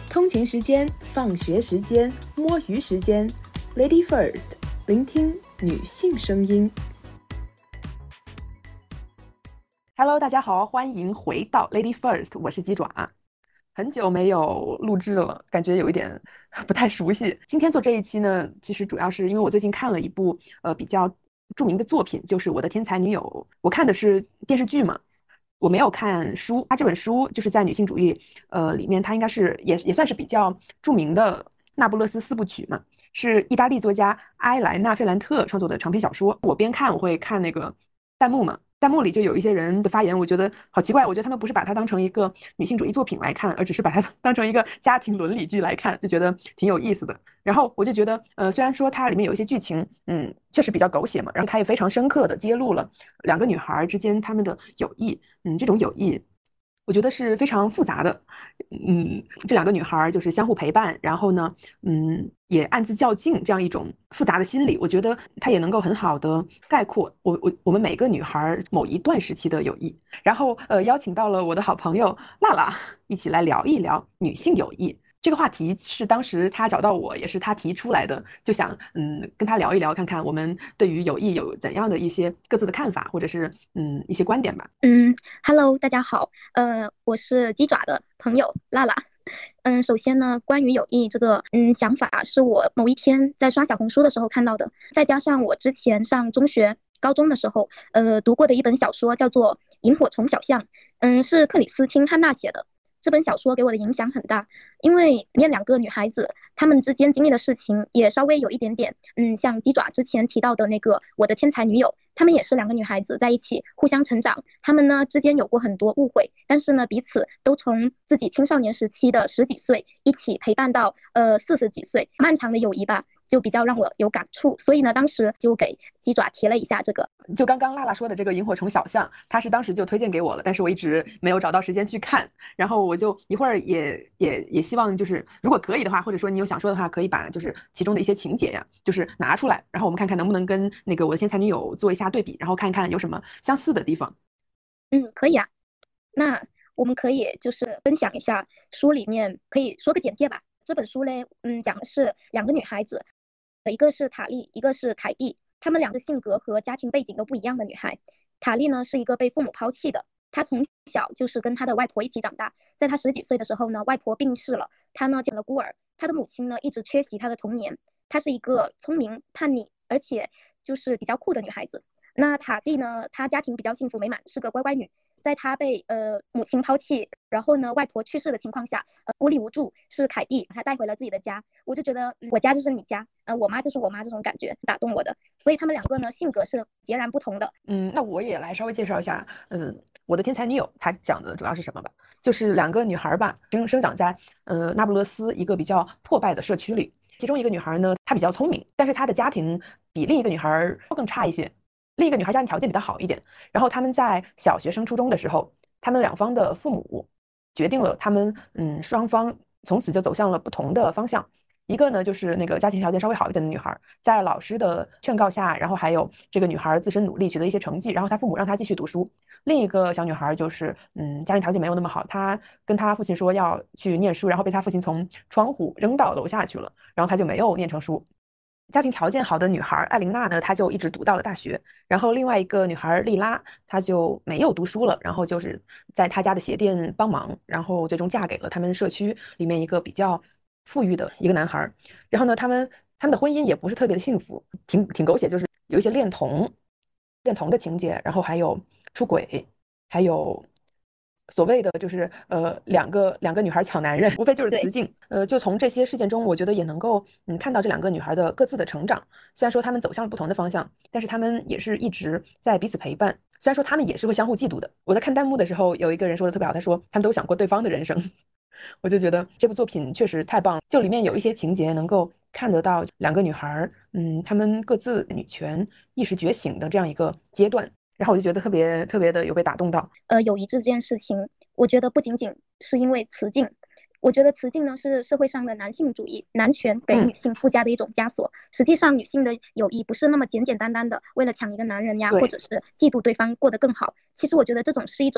通勤时间、放学时间、摸鱼时间 ，Lady First， 聆听女性声音。Hello， 大家好，欢迎回到 Lady First， 我是鸡爪。很久没有录制了，感觉有一点不太熟悉。今天做这一期呢，其实主要是因为我最近看了一部比较著名的作品，就是《我的天才女友》。我看的是电视剧嘛，我没有看书。它这本书就是在女性主义里面，它应该是也算是比较著名的那不勒斯四部曲嘛，是意大利作家埃莱娜·费兰特创作的长篇小说。我边看我会看那个弹幕嘛，弹幕里就有一些人的发言，我觉得好奇怪。我觉得他们不是把它当成一个女性主义作品来看，而只是把它当成一个家庭伦理剧来看，就觉得挺有意思的。然后我就觉得，虽然说它里面有一些剧情，确实比较狗血嘛，然后它也非常深刻的揭露了两个女孩之间她们的友谊，这种友谊。我觉得是非常复杂的，这两个女孩就是相互陪伴，然后呢，也暗自较劲这样一种复杂的心理，我觉得它也能够很好的概括我们每个女孩某一段时期的友谊。然后邀请到了我的好朋友娜娜一起来聊一聊女性友谊。这个话题是当时他找到我，也是他提出来的，就想跟他聊一聊，看看我们对于友谊有怎样的一些各自的看法，或者是一些观点吧。 Hello，大家好，我是鸡爪的朋友辣辣。首先呢，关于友谊这个想法是我某一天在刷小红书的时候看到的，再加上我之前上中学、高中的时候读过的一本小说叫做《萤火虫小象》，是克里斯汀·汉娜写的。这本小说给我的影响很大，因为里面两个女孩子她们之间经历的事情也稍微有一点点，像鸡爪之前提到的那个我的天才女友，她们也是两个女孩子在一起互相成长，她们呢之间有过很多误会，但是呢彼此都从自己青少年时期的10几岁一起陪伴到40几岁，漫长的友谊吧，就比较让我有感触，所以呢当时就给鸡爪提了一下这个。 就刚刚辣辣说的这个萤火虫小象，他是当时就推荐给我了，但是我一直没有找到时间去看。然后我就一会儿也希望就是如果可以的话，或者说你有想说的话，可以把就是其中的一些情节呀，就是拿出来，然后我们看看能不能跟那个我的天才女友做一下对比，然后看看有什么相似的地方。 可以啊。那我们可以就是分享一下书里面，可以说个简介吧。这本书嘞，讲的是两个女孩子，一个是塔莉，一个是凯蒂，她们两个性格和家庭背景都不一样的女孩。塔莉呢是一个被父母抛弃的，她从小就是跟她的外婆一起长大，在她10几岁的时候呢，外婆病逝了，她呢成了孤儿，她的母亲呢一直缺席她的童年。她是一个聪明、叛逆，而且就是比较酷的女孩子。那塔蒂呢，她家庭比较幸福美满，是个乖乖女。在她被母亲抛弃，然后呢外婆去世的情况下，孤立无助，是凯蒂把她带回了自己的家。我就觉得我家就是你家，我妈就是我妈，这种感觉打动我的。所以他们两个呢性格是截然不同的。 那我也来稍微介绍一下，我的天才女友，她讲的主要是什么吧？就是两个女孩吧，生长在那不勒斯一个比较破败的社区里。其中一个女孩呢，她比较聪明，但是她的家庭比另一个女孩更差一些。另一个女孩家庭条件比她好一点。然后他们在小学升初中的时候，他们两方的父母决定了他们双方从此就走向了不同的方向。一个呢，就是那个家庭条件稍微好一点的女孩，在老师的劝告下，然后还有这个女孩自身努力取得一些成绩，然后她父母让她继续读书。另一个小女孩就是，家庭条件没有那么好，她跟她父亲说要去念书，然后被她父亲从窗户扔到楼下去了，然后她就没有念成书。家庭条件好的女孩艾琳娜呢，她就一直读到了大学。然后另外一个女孩莉拉，她就没有读书了，然后就是在她家的鞋店帮忙，然后最终嫁给了他们社区里面一个比较富裕的一个男孩。然后呢，他们的婚姻也不是特别的幸福，挺狗血，就是有一些恋童的情节，然后还有出轨，还有所谓的就是两个女孩抢男人，无非就是对。 雌竞。就从这些事件中，我觉得也能够看到这两个女孩的各自的成长。虽然说她们走向了不同的方向，但是她们也是一直在彼此陪伴。虽然说她们也是会相互嫉妒的。我在看弹幕的时候，有一个人说的特别好，他说他们都想过对方的人生。我就觉得这部作品确实太棒了，就里面有一些情节能够看得到两个女孩她们各自女权意识觉醒的这样一个阶段。然后我就觉得特别特别的有被打动到。 友谊这件事情，我觉得不仅仅是因为雌竞，我觉得雌竞呢是社会上的男性主义、男权给女性附加的一种枷锁。实际上，女性的友谊不是那么简简单单的为了抢一个男人呀，或对， 者是嫉妒对方过得更好。其实我觉得这种是一种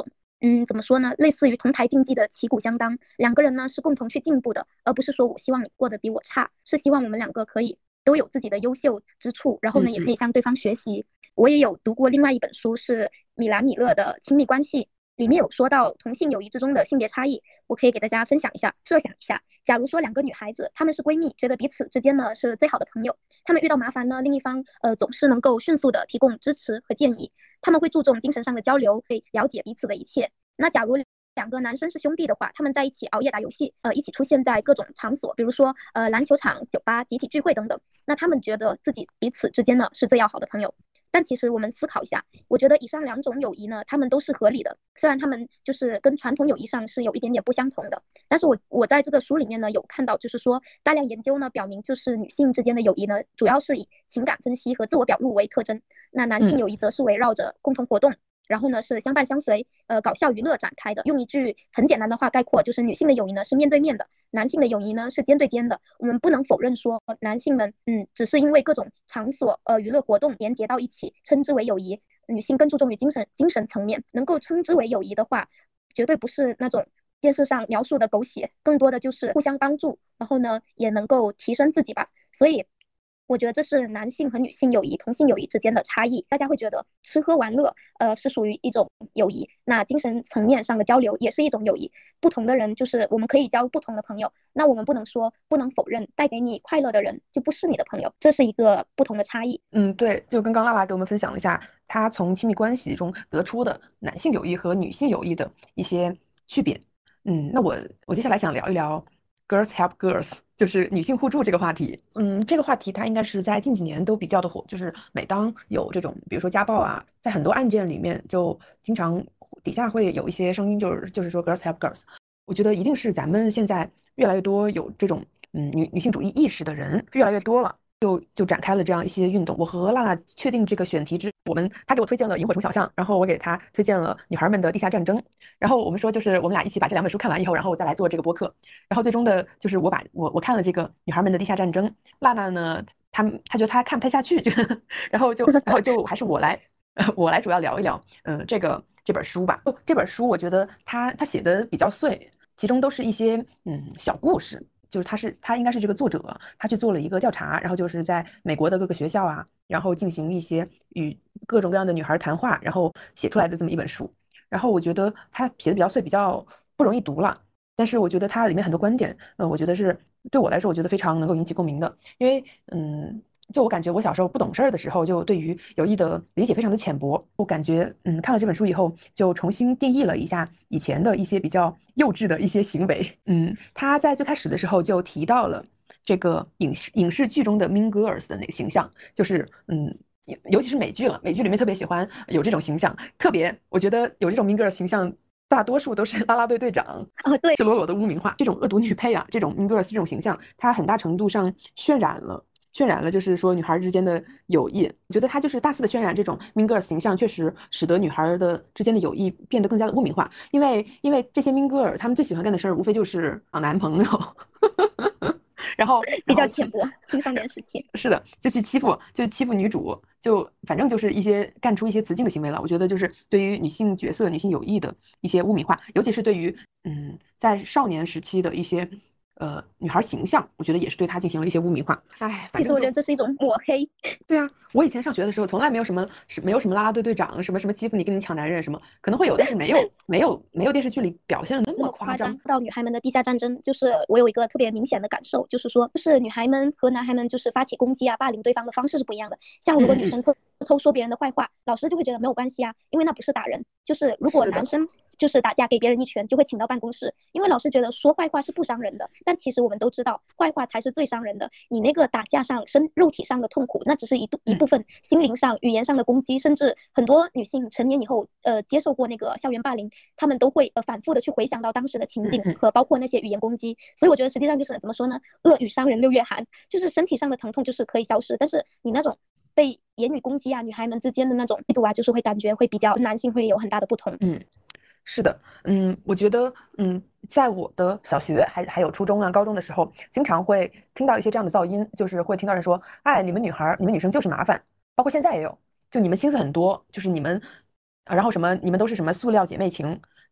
怎么说呢？类似于同台竞技的旗鼓相当，两个人呢是共同去进步的，而不是说我希望你过得比我差，是希望我们两个可以都有自己的优秀之处，然后呢也可以向对方学习。我也有读过另外一本书，是米兰米勒的《亲密关系》，里面有说到同性友谊之中的性别差异，我可以给大家分享一下。设想一下，假如说两个女孩子，她们是闺蜜，觉得彼此之间呢是最好的朋友，她们遇到麻烦呢，另一方总是能够迅速的提供支持和建议，他们会注重精神上的交流，可以了解彼此的一切。那假如两个男生是兄弟的话，他们在一起熬夜打游戏，一起出现在各种场所，比如说篮球场、酒吧、集体聚会等等，那他们觉得自己彼此之间呢是最要好的朋友。但其实我们思考一下，我觉得以上两种友谊呢，他们都是合理的，虽然他们就是跟传统友谊上是有一点点不相同的。但是我在这个书里面呢有看到，就是说大量研究呢表明，就是女性之间的友谊呢，主要是以情感分析和自我表露为特征，那男性友谊则是围绕着共同活动。然后呢是相伴相随，搞笑娱乐展开的。用一句很简单的话概括，就是女性的友谊呢是面对面的，男性的友谊呢是肩对肩的。我们不能否认说，男性们只是因为各种场所娱乐活动连接到一起，称之为友谊。女性更注重于精神层面，能够称之为友谊的话，绝对不是那种电视上描述的狗血，更多的就是互相帮助，然后呢也能够提升自己吧。所以我觉得这是男性和女性友谊、同性友谊之间的差异。大家会觉得吃喝玩乐，是属于一种友谊，那精神层面上的交流也是一种友谊。不同的人就是我们可以交不同的朋友，那我们不能说不能否认带给你快乐的人就不是你的朋友，这是一个不同的差异。 对，就跟刚拉拉给我们分享了一下，他从亲密关系中得出的男性友谊和女性友谊的一些区别。那我接下来想聊一聊 girls help girls，就是女性互助这个话题。这个话题它应该是在近几年都比较的火，就是每当有这种，比如说家暴啊，在很多案件里面，就经常底下会有一些声音，就是说 girls help girls。我觉得一定是咱们现在越来越多有这种女性主义意识的人越来越多了。就展开了这样一些运动。我和娜娜确定这个选题之，他给我推荐了《萤火虫小象》，然后我给他推荐了《女孩们的地下战争》，然后我们说就是我们俩一起把这两本书看完以后，然后我再来做这个播客。然后最终的就是我看了这个《女孩们的地下战争》，娜娜呢，她觉得她看不太下去，然后就还是我来主要聊一聊，这本书吧。这本书我觉得他写的比较碎，其中都是一些小故事。就是他应该是这个作者，他去做了一个调查，然后就是在美国的各个学校啊，然后进行一些与各种各样的女孩谈话，然后写出来的这么一本书。然后我觉得他写的比较碎，比较不容易读了，但是我觉得它里面很多观点，我觉得是对我来说，我觉得非常能够引起共鸣的，因为就我感觉我小时候不懂事儿的时候，就对于友谊的理解非常的浅薄。我感觉看了这本书以后，就重新定义了一下以前的一些比较幼稚的一些行为。他在最开始的时候就提到了这个影视剧中的 Mean Girls 的那个形象，就是尤其是美剧了，美剧里面特别喜欢有这种形象，特别我觉得有这种 Mean Girls 形象。大多数都是啦啦队队长， 对， 赤裸裸的污名化，这种恶毒女配啊，这种 Mean Girls 这种形象，它很大程度上渲染了，就是说女孩之间的友谊。我觉得它就是大肆的渲染这种 Mean Girls 形象，确实使得女孩的之间的友谊变得更加的污名化。因为这些 Mean Girl 他们最喜欢干的事儿，无非就是找男朋友，然后比较浅薄，青少年时期。 是的，就欺负女主，就反正就是干出一些雌竞的行为了。我觉得就是对于女性角色、女性友谊的一些污名化，尤其是对于在少年时期的一些女孩形象，我觉得也是对她进行了一些污名化。哎，反其实我觉正就得这是一种抹黑。 对啊，我以前上学的时候，从来没有什么啦啦队队长，什么欺负你跟你抢男人什么，可能会有，但是没有电视剧里表现的那那么夸张。 么夸张。到女孩们的地下战争，就是我有一个特别明显的感受，就是说，就是女孩们和男孩们就是发起攻击啊、霸凌对方的方式是不一样的。像如果女生偷说别人的坏话，老师就会觉得没有关系啊，因为那不是打人。就是如果是的， 男生就是打架给别人一拳，就会请到办公室，因为老师觉得说坏话是不伤人的。但其实我们都知道，坏话才是最伤人的。你那个打架上肉体上的痛苦，那只是一部分心灵上、语言上的攻击，甚至很多女性成年以后，接受过那个校园霸凌，她们都会反复的去回想到当时的情景和包括那些语言攻击。所以我觉得实际上就是怎么说呢？恶语伤人六月寒，就是身体上的疼痛就是可以消失，但是你那种被言语攻击啊，女孩们之间的那种力度啊，就是会感觉会比较男性会有很大的不同。 是的，我觉得，在我的小学还有初中啊、高中的时候，经常会听到一些这样的噪音，就是会听到人说，哎，你们女孩儿、你们女生就是麻烦，包括现在也有，就你们心思很多，就是你们，然后什么，你们都是什么塑料姐妹情，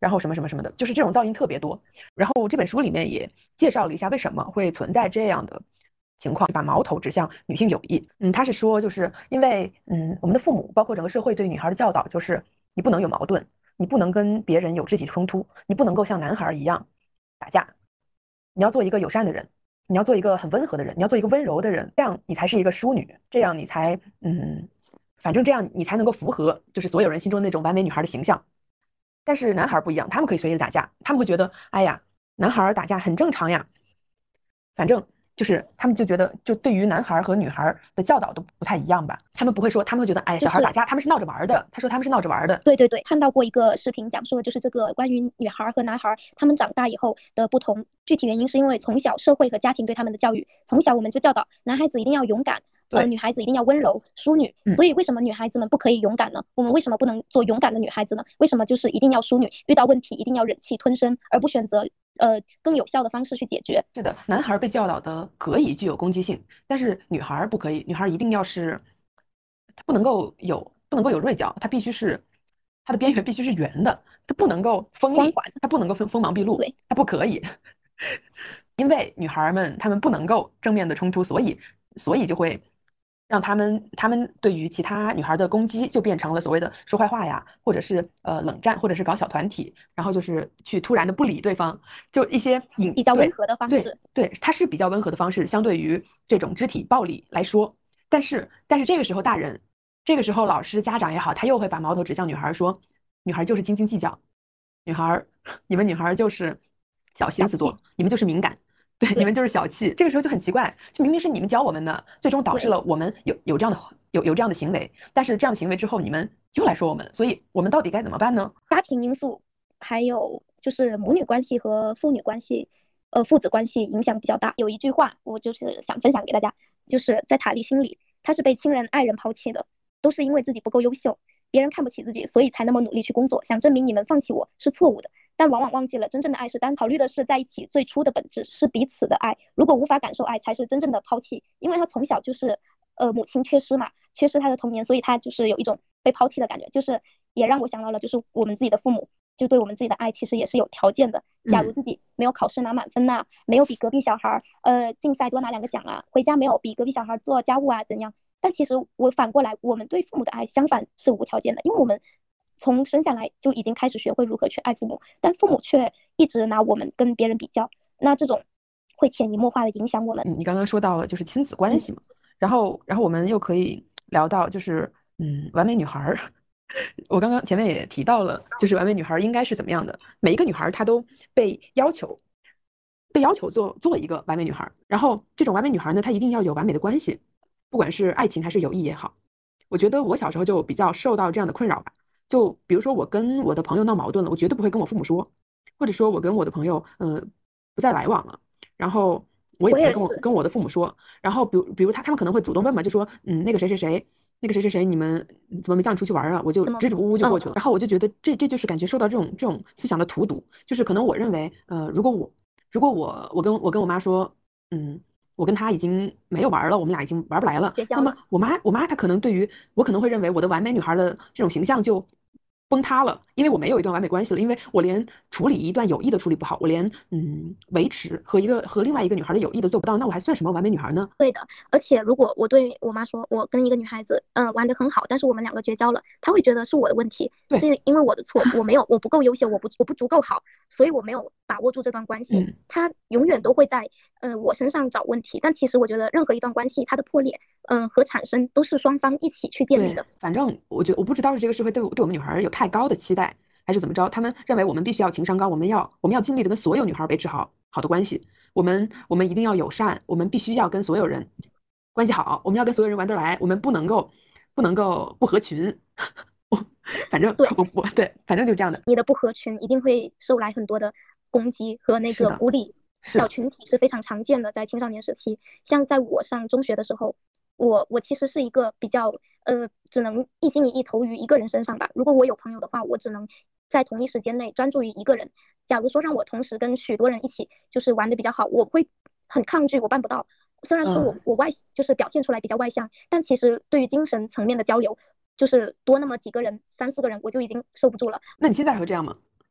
然后什么什么什么的，就是这种噪音特别多。然后这本书里面也介绍了一下为什么会存在这样的情况，把矛头指向女性友谊。他是说，就是因为我们的父母包括整个社会对女孩的教导就是你不能有矛盾，你不能跟别人有肢体冲突，你不能够像男孩一样打架，你要做一个友善的人。你要做一个很温和的人，你要做一个温柔的人，这样你才是一个淑女，这样你才反正这样你才能够符合就是所有人心中那种完美女孩的形象。但是男孩不一样，他们可以随意的打架，他们会觉得，哎呀，男孩打架很正常呀，反正就是他们就觉得，就对于男孩和女孩的教导都不太一样吧。他们不会说，他们会觉得，哎，小孩打架，他们是闹着玩的。他说他们是闹着玩的。 对对对，看到过一个视频讲述的就是这个关于女孩和男孩他们长大以后的不同，具体原因是因为从小社会和家庭对他们的教育，从小我们就教导男孩子一定要勇敢。女孩子一定要温柔淑女，所以为什么女孩子们不可以勇敢呢？我们为什么不能做勇敢的女孩子呢？为什么就是一定要淑女？遇到问题一定要忍气吞声，而不选择更有效的方式去解决？ 是的，男孩被教导的可以具有攻击性，但是女孩不可以，女孩一定要是，她不能够有锐角，她必须是，她的边缘必须是圆的，她不能够锋利，她不能够锋芒毕露，她不可以。因为女孩们她们不能够正面的冲突，所以就会让她们对于其他女孩的攻击就变成了所谓的说坏话呀，或者是冷战，或者是搞小团体，然后就是去突然的不理对方，就一些比较温和的方式。 对，它是比较温和的方式，相对于这种肢体暴力来说。但是这个时候大人，这个时候老师家长也好，他又会把矛头指向女孩，说女孩就是斤斤计较，女孩你们女孩就是小心思多，你们就是敏感。对，你们就是小气，这个时候就很奇怪，就明明是你们教我们的，最终导致了我们有这样的行为，但是这样的行为之后，你们又来说我们，所以我们到底该怎么办呢？ 家庭因素还有就是母女关系和父女关系，父子关系影响比较大。有一句话我就是想分享给大家，就是在塔莉心里，她是被亲人爱人抛弃的，都是因为自己不够优秀，别人看不起自己，所以才那么努力去工作，想证明你们放弃我是错误的。但往往忘记了，真正的爱是单，考虑的是在一起最初的本质是彼此的爱。如果无法感受爱，才是真正的抛弃。因为他从小就是母亲缺失嘛，缺失他的童年，所以他就是有一种被抛弃的感觉。就是也让我想到了，就是我们自己的父母就对我们自己的爱其实也是有条件的。假如自己没有考试拿满分呐，没有比隔壁小孩竞赛多拿2个奖啊，回家没有比隔壁小孩做家务啊怎样，但其实我反过来，我们对父母的爱相反是无条件的，因为我们从生下来就已经开始学会如何去爱父母，但父母却一直拿我们跟别人比较，那这种会潜移默化的影响我们。 你刚刚说到了就是亲子关系嘛，然后我们又可以聊到就是完美女孩。我刚刚前面也提到了，就是完美女孩应该是怎么样的？每一个女孩她都被要求做一个完美女孩，然后这种完美女孩呢，她一定要有完美的关系，不管是爱情还是友谊也好。我觉得我小时候就比较受到这样的困扰吧。就比如说我跟我的朋友闹矛盾了，我绝对不会跟我父母说，或者说我跟我的朋友不再来往了，然后我也不会跟我的父母说。然后比如他们可能会主动问嘛，就说那个谁谁谁。那个谁谁谁，你们怎么没叫你出去玩啊？我就支支吾吾就过去了。然后我就觉得这就是感觉受到这种思想的荼毒，就是可能我认为，如果我跟我妈说，我跟他已经没有玩了，我们俩已经玩不来了，那么我妈她可能对于我可能会认为我的完美女孩的这种形象就崩塌了，因为我没有一段完美关系了，因为我连处理一段友谊都处理不好，我连维持和另外一个女孩的友谊都做不到，那我还算什么完美女孩呢？ 对的，而且如果我对我妈说，我跟一个女孩子玩得很好，但是我们2个绝交了，她会觉得是我的问题，是因为我的错，我不够优秀，我不足够好，所以我没有把握住这段关系。她永远都会在我身上找问题，但其实我觉得任何一段关系它的破裂和产生都是双方一起去建立的。 反正我不知道是这个社会对我们女孩有太高的期待，还是怎么着？他们认为我们必须要情商高，我们要尽力的跟所有女孩维持好的关系，我们一定要友善，我们必须要跟所有人关系好，我们要跟所有人玩得来，我们不能够不合群。反正对，反正就这样的。 你的不合群一定会受来很多的攻击和那个孤立。小群体是非常常见的，在青少年时期。像在我上中学的时候，我其实是一个比较只能一心一意投于一个人身上吧。如果我有朋友的话，我只能在同一时间内专注于一个人。假如说让我同时跟许多人一起就是玩的比较好，我会很抗拒，我办不到。虽然说我就是表现出来比较外向，但其实对于精神层面的交流，就是多那么几个人，3、4个人，我就已经受不住了。 那你现在还会这样吗？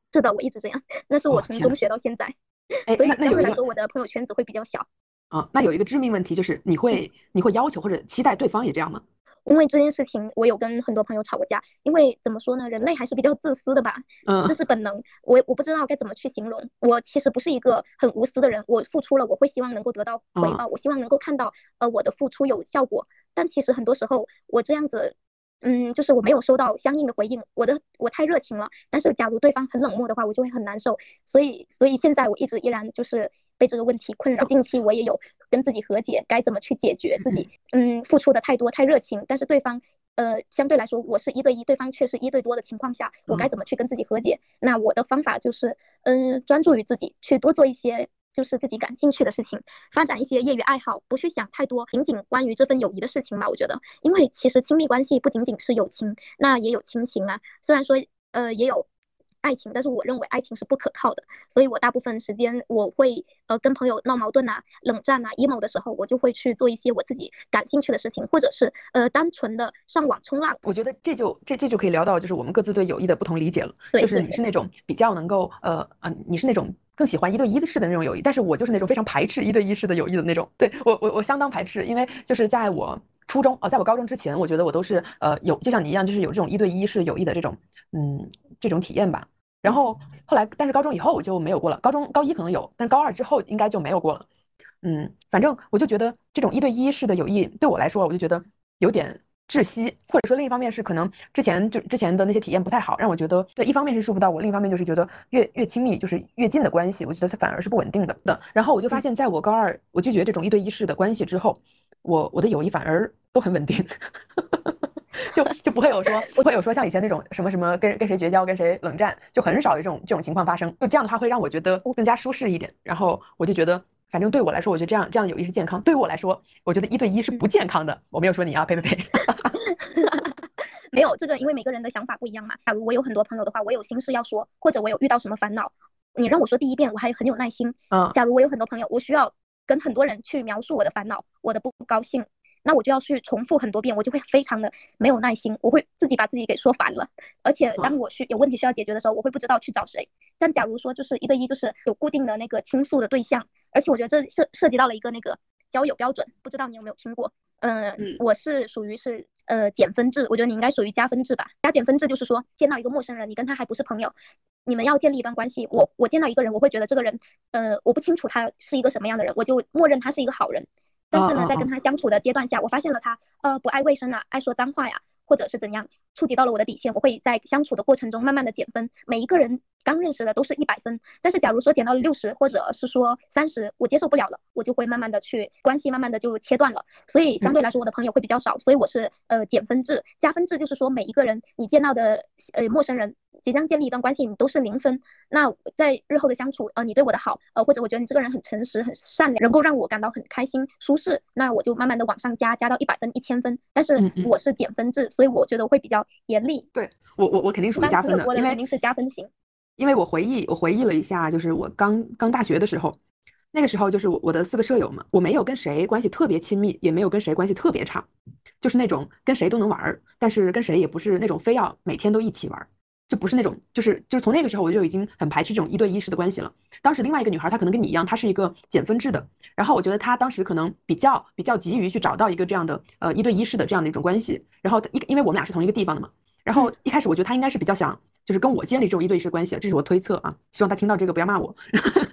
是的，我一直这样，那是我哦，天呐， 从中学到现在， 哎， 所以那有一个相对来说，我的朋友圈子会比较小。 啊，那有一个致命问题就是你会要求或者期待对方也这样吗？ 因为这件事情，我有跟很多朋友吵过架。因为怎么说呢，人类还是比较自私的吧，这嗯是本能。我不知道该怎么去形容。我其实不是一个很无私的人，我付出了，我会希望能够得到回嗯报，我希望能够看到我的付出有效果。但其实很多时候我这样子，就是我没有收到相应的回应，我太热情了，但是假如对方很冷漠的话，我就会很难受。所以现在我一直依然就是被这个问题困扰。近期我也有跟自己和解，该怎么去解决自己付出的太多太热情，但是对方相对来说我是1对1，对方却是1对多的情况下，我该嗯怎么去跟自己和解？那我的方法就是专注于自己，去多做一些就是自己感兴趣的事情，发展一些业余爱好，不去想太多仅仅关于这份友谊的事情吧。我觉得，因为其实亲密关系不仅仅是友情，那也有亲情啊。虽然说也有爱情，但是我认为爱情是不可靠的。所以我大部分时间我会跟朋友闹矛盾啊、冷战啊、emo 的时候，我就会去做一些我自己感兴趣的事情，或者是单纯的上网冲浪。 我觉得这就可以聊到，就是我们各自对友谊的不同理解了。就是对对对， 你是那种比较能够你是那种更喜欢1对1式的那种友谊，但是我就是那种非常排斥1对1式的友谊的那种。对我相当排斥，因为就是在我初中在我高中之前，我觉得我都是有就像你一样，就是有这种1对1式友谊的这种体验吧。然后后来，但是高中以后我就没有过了。高一可能有，但是高2之后应该就没有过了。反正我就觉得这种1对1式的友谊对我来说，我就觉得有点窒息，或者说另一方面是可能之前的那些体验不太好，让我觉得对，一方面是束缚到我，另一方面就是觉得越亲密就是越近的关系，我觉得它反而是不稳定的。然后我就发现，在我高二我拒绝这种1对1式的关系之后，我的友谊反而都很稳定。就不会有说像以前那种什么什么跟谁绝交跟谁冷战，就很少有这种情况发生。就这样的话会让我觉得更加舒适一点。然后我就觉得，反正对我来说，我觉得这样友谊是健康。对于我来说，我觉得1对1是不健康的。我没有说你啊，呸呸呸。 没有这个，因为每个人的想法不一样嘛。假如我有很多朋友的话，我有心事要说，或者我有遇到什么烦恼，你让我说第一遍，我还很有耐心。 嗯假如我有很多朋友，我需要跟很多人去描述我的烦恼、我的不高兴，那我就要去重复很多遍，我就会非常的没有耐心，我会自己把自己给说烦了。而且当嗯我有问题需要解决的时候，我会不知道去找谁。但假如说就是1对1，就是有固定的那个倾诉的对象，而且我觉得这涉及到了一个那个交友标准，不知道你有没有听过？ 嗯我是属于是减分制，我觉得你应该属于加分制吧。加减分制就是说，见到一个陌生人，你跟他还不是朋友，你们要建立一段关系。我见到一个人，我会觉得这个人，我不清楚他是一个什么样的人，我就默认他是一个好人。但是呢，在跟他相处的阶段下，我发现了他不爱卫生啊，爱说脏话呀，或者是怎样，触及到了我的底线，我会在相处的过程中慢慢的减分。每一个人刚认识的都是100分，但是假如说减到了60，或者是说30，我接受不了了，我就会慢慢的去关系慢慢的就切断了。所以相对来说我的朋友会比较少，所以我是减分制。加分制就是说每一个人你见到的陌生人即将建立一段关系，你都是0分。那在日后的相处，你对我的好，或者我觉得你这个人很诚实、很善良，能够让我感到很开心、舒适，那我就慢慢的往上加，加到100分、1000分。但是我是减分制，所以我觉得我会比较严厉。 对我肯定属于一般加分的， 朋友多的因为肯定是加分型。 我回忆了一下，就是我刚大学的时候，那个时候就是我的4个舍友嘛，我没有跟谁关系特别亲密，也没有跟谁关系特别差，就是那种跟谁都能玩但是跟谁也不是那种非要每天都一起玩就不是那种就是从那个时候我就已经很排斥这种1对1式的关系了。当时另外一个女孩她可能跟你一样，她是一个减分制的，然后我觉得她当时可能比较急于去找到一个这样的1对1式的这样的一种关系，然后因为我们俩是同一个地方的嘛，然后一开始我觉得她应该是比较想就是跟我建立这种1对1式关系，这是我推测啊，希望她听到这个不要骂我。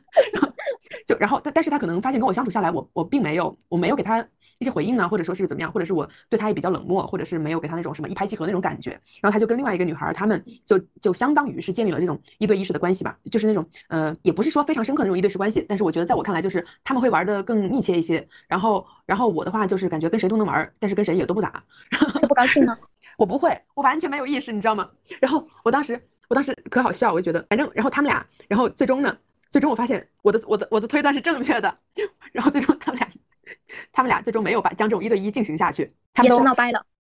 但是他可能发现跟我相处下来，我没有给他一些回应呢，或者说是怎么样，或者是我对他也比较冷漠，或者是没有给他那种什么一拍即合那种感觉，然后他就跟另外一个女孩，他们就相当于是建立了这种1对1式的关系吧，就是那种也不是说非常深刻的那种1对式关系，但是我觉得在我看来就是他们会玩的更密切一些，然后我的话就是感觉跟谁都能玩，但是跟谁也都不咋。 会不高兴吗？ 我不会，我完全没有意识，你知道吗？然后我当时可好笑，我就觉得反正然后他们俩，然后最终我发现我的推断是正确的，然后最终他们俩最终没有将这种1对1进行下去，他们也是都闹掰了。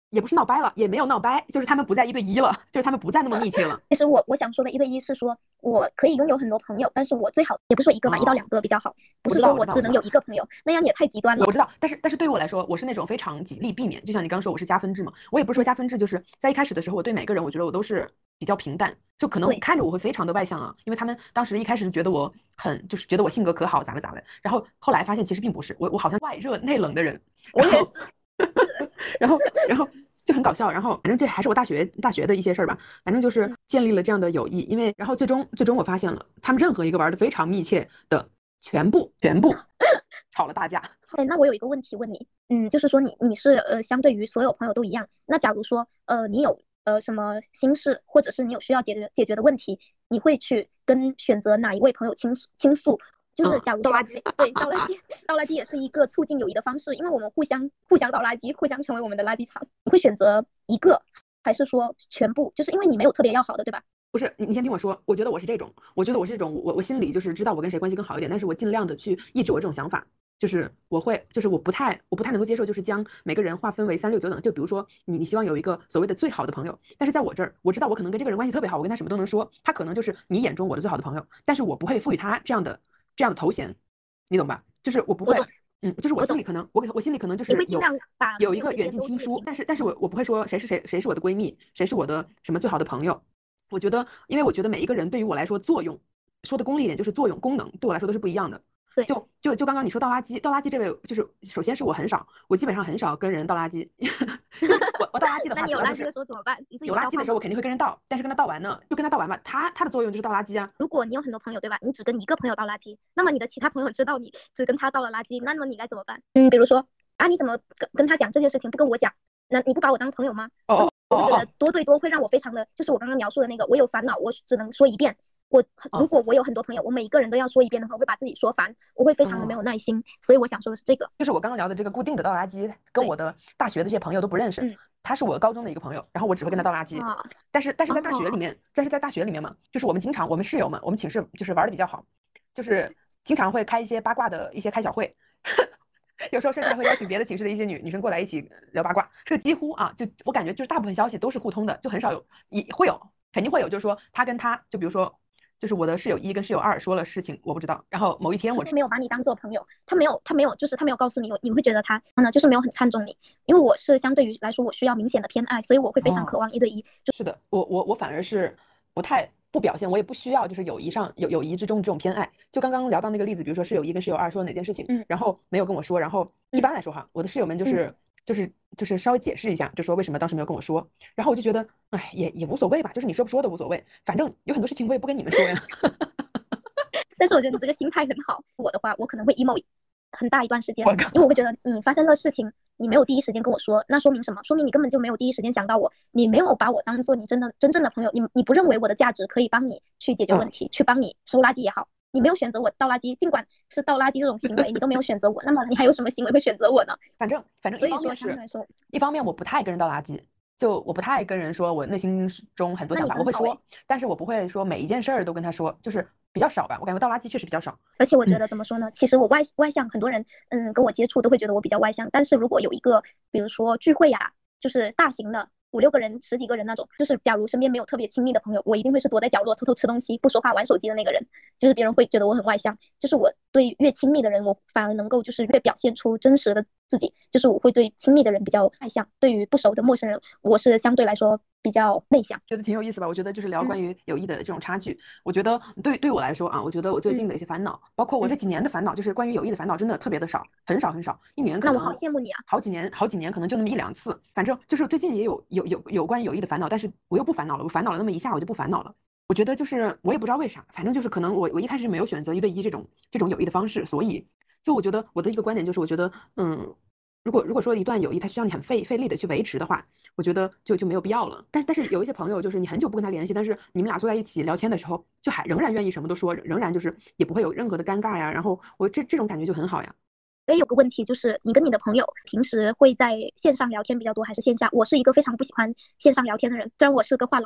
也不是闹掰了，也没有闹掰，就是他们不再一对一了，就是他们不再那么密切了。 其实我想说的一对一是说，我可以拥有很多朋友，但是我最好也不是说一个吧，1到2个比较好，不是说我只能有一个朋友，那样也太极端了。 我知道，但是对于我来说，我是那种非常极力避免，就像你刚刚说我是加分制嘛，我也不是说加分制，就是在一开始的时候，我对每个人我觉得我都是比较平淡，就可能看着我会非常的外向啊，因为他们当时一开始就觉得我就是觉得我性格可好咋的，然后后来发现其实并不是，我好像外热内冷的人， 我也是， 然后就很搞笑，然后反正这还是我大学的一些事儿吧，反正就是建立了这样的友谊，因为然后最终我发现了，他们任何一个玩的非常密切的，全部吵了大架。 哎，那我有一个问题问你，就是说你是相对于所有朋友都一样，那假如说你有什么心事，或者是你有需要解决的问题，你会去选择哪一位朋友倾诉？就是假如倒垃圾， 对，倒垃圾，倒垃圾也是一个促进友谊的方式，因为我们互相倒垃圾，互相成为我们的垃圾场。你会选择一个，还是说全部？就是因为你没有特别要好的，对吧？ 不是，你先听我说，我觉得我是这种，我心里就是知道我跟谁关系更好一点，但是我尽量的去抑制我这种想法，就是我不太能够接受，就是将每个人划分为3、6、9等。就比如说你希望有一个所谓的最好的朋友，但是在我这儿，我知道我可能跟这个人关系特别好，我跟他什么都能说，他可能就是你眼中我的最好的朋友，但是我不会赋予他这样的头衔，你懂吧？就是我不会。就是我心里可能，我心里可能就是有一个远近亲疏，但是我不会说谁是我的闺蜜，谁是我的什么最好的朋友。我觉得，因为我觉得每一个人对于我来说，作用说的功利一点，就是作用功能对我来说都是不一样的。 对， 就刚刚你说倒垃圾这位，就是首先是我基本上很少跟人倒垃圾。我倒垃圾的话， 那你有垃圾的时候怎么办？ 有垃圾的时候我肯定会跟人倒，但是跟他倒完呢，就跟他倒完吧，他的作用就是倒垃圾啊。 如果你有很多朋友，对吧？你只跟一个朋友倒垃圾，那么你的其他朋友知道你只跟他倒了垃圾，那么你该怎么办？比如说啊，你怎么跟他讲这件事情，不跟我讲？那你不把我当朋友吗？我觉得多对多会让我非常的，就是我刚刚描述的那个，我有烦恼，我只能说一遍。如果我有很多朋友，我每一个人都要说一遍的话，我会把自己说烦，我会非常的没有耐心。所以我想说的是这个， 就是我刚刚聊的这个固定的倒垃圾，跟我的大学的这些朋友都不认识。他是我高中的一个朋友，然后我只会跟他倒垃圾。但是在大学里面，在大学里面嘛，就是我们室友们，我们寝室就是玩的比较好，就是经常会开一些八卦的一些开小会。有时候甚至还会邀请别的寝室的一些女生过来一起聊八卦，这个几乎啊，就我感觉就是大部分消息都是互通的，就很少有，肯定会有，就是说他跟他，就比如说，就是我的室友1跟室友2说了事情，我不知道，然后某一天我没有把你当做朋友，他没有，就是他没有告诉你，你会觉得他呢就是没有很看重你，因为我是相对于来说我需要明显的偏爱，所以我会非常渴望1对1。 是的，我反而是不表现，我也不需要，就是友谊之中的这种偏爱。就刚刚聊到那个例子，比如说室友1跟室友2说哪件事情，然后没有跟我说，然后一般来说哈，我的室友们就是稍微解释一下，就说为什么当时没有跟我说，然后我就觉得，哎，也无所谓吧，就是你说不说都无所谓，反正有很多事情我也不跟你们说呀。 但是我觉得你这个心态很好，我的话我可能会 emo 很大一段时间，因为我会觉得你发生了事情，你没有第一时间跟我说，那说明什么？说明你根本就没有第一时间想到我，你没有把我当做你真正的朋友，你不认为我的价值可以帮你去解决问题，去帮你收垃圾也好，你没有选择我倒垃圾，尽管是倒垃圾这种行为，你都没有选择我，那么你还有什么行为会选择我呢？ 反正一方面我不太爱跟人倒垃圾，就我不太爱跟人说我内心中很多想法，我会说，但是我不会说每一件事儿都跟他说，就是比较少吧，我感觉倒垃圾确实比较少。 而且我觉得怎么说呢，其实我外向，很多人跟我接触都会觉得我比较外向，但是如果有一个比如说聚会呀，就是大型的5、6个人、10几个人那种，就是假如身边没有特别亲密的朋友，我一定会是躲在角落偷偷吃东西不说话玩手机的那个人，就是别人会觉得我很外向，就是我对越亲密的人我反而能够就是越表现出真实的自己，就是我会对亲密的人比较外向，对于不熟的陌生人我是相对来说比较内向。 觉得挺有意思吧，我觉得就是聊关于友谊的这种差距，我觉得对我来说啊，我觉得我最近的一些烦恼，包括我这几年的烦恼，就是关于友谊的烦恼真的特别的少，很少，一年可能。 那我好羡慕你啊， 好几年可能就那么1、2次，反正就是最近也有关于友谊的烦恼，但是我又不烦恼了，我烦恼了那么一下我就不烦恼了。我觉得就是我也不知道为啥，反正就是可能我一开始没有选择1对1这种友谊的方式，所以就我觉得我的一个观点就是，我觉得如果说一段友谊它需要你很费力的去维持的话，我觉得就没有必要了。但是有一些朋友就是你很久不跟他联系，但是你们俩坐在一起聊天的时候，就仍然愿意什么都说，仍然就是也不会有任何的尴尬呀。然后我这种感觉就很好呀。 所以有个问题就是，你跟你的朋友平时会在线上聊天比较多，还是线下？我是一个非常不喜欢线上聊天的人，虽然我是个话痨，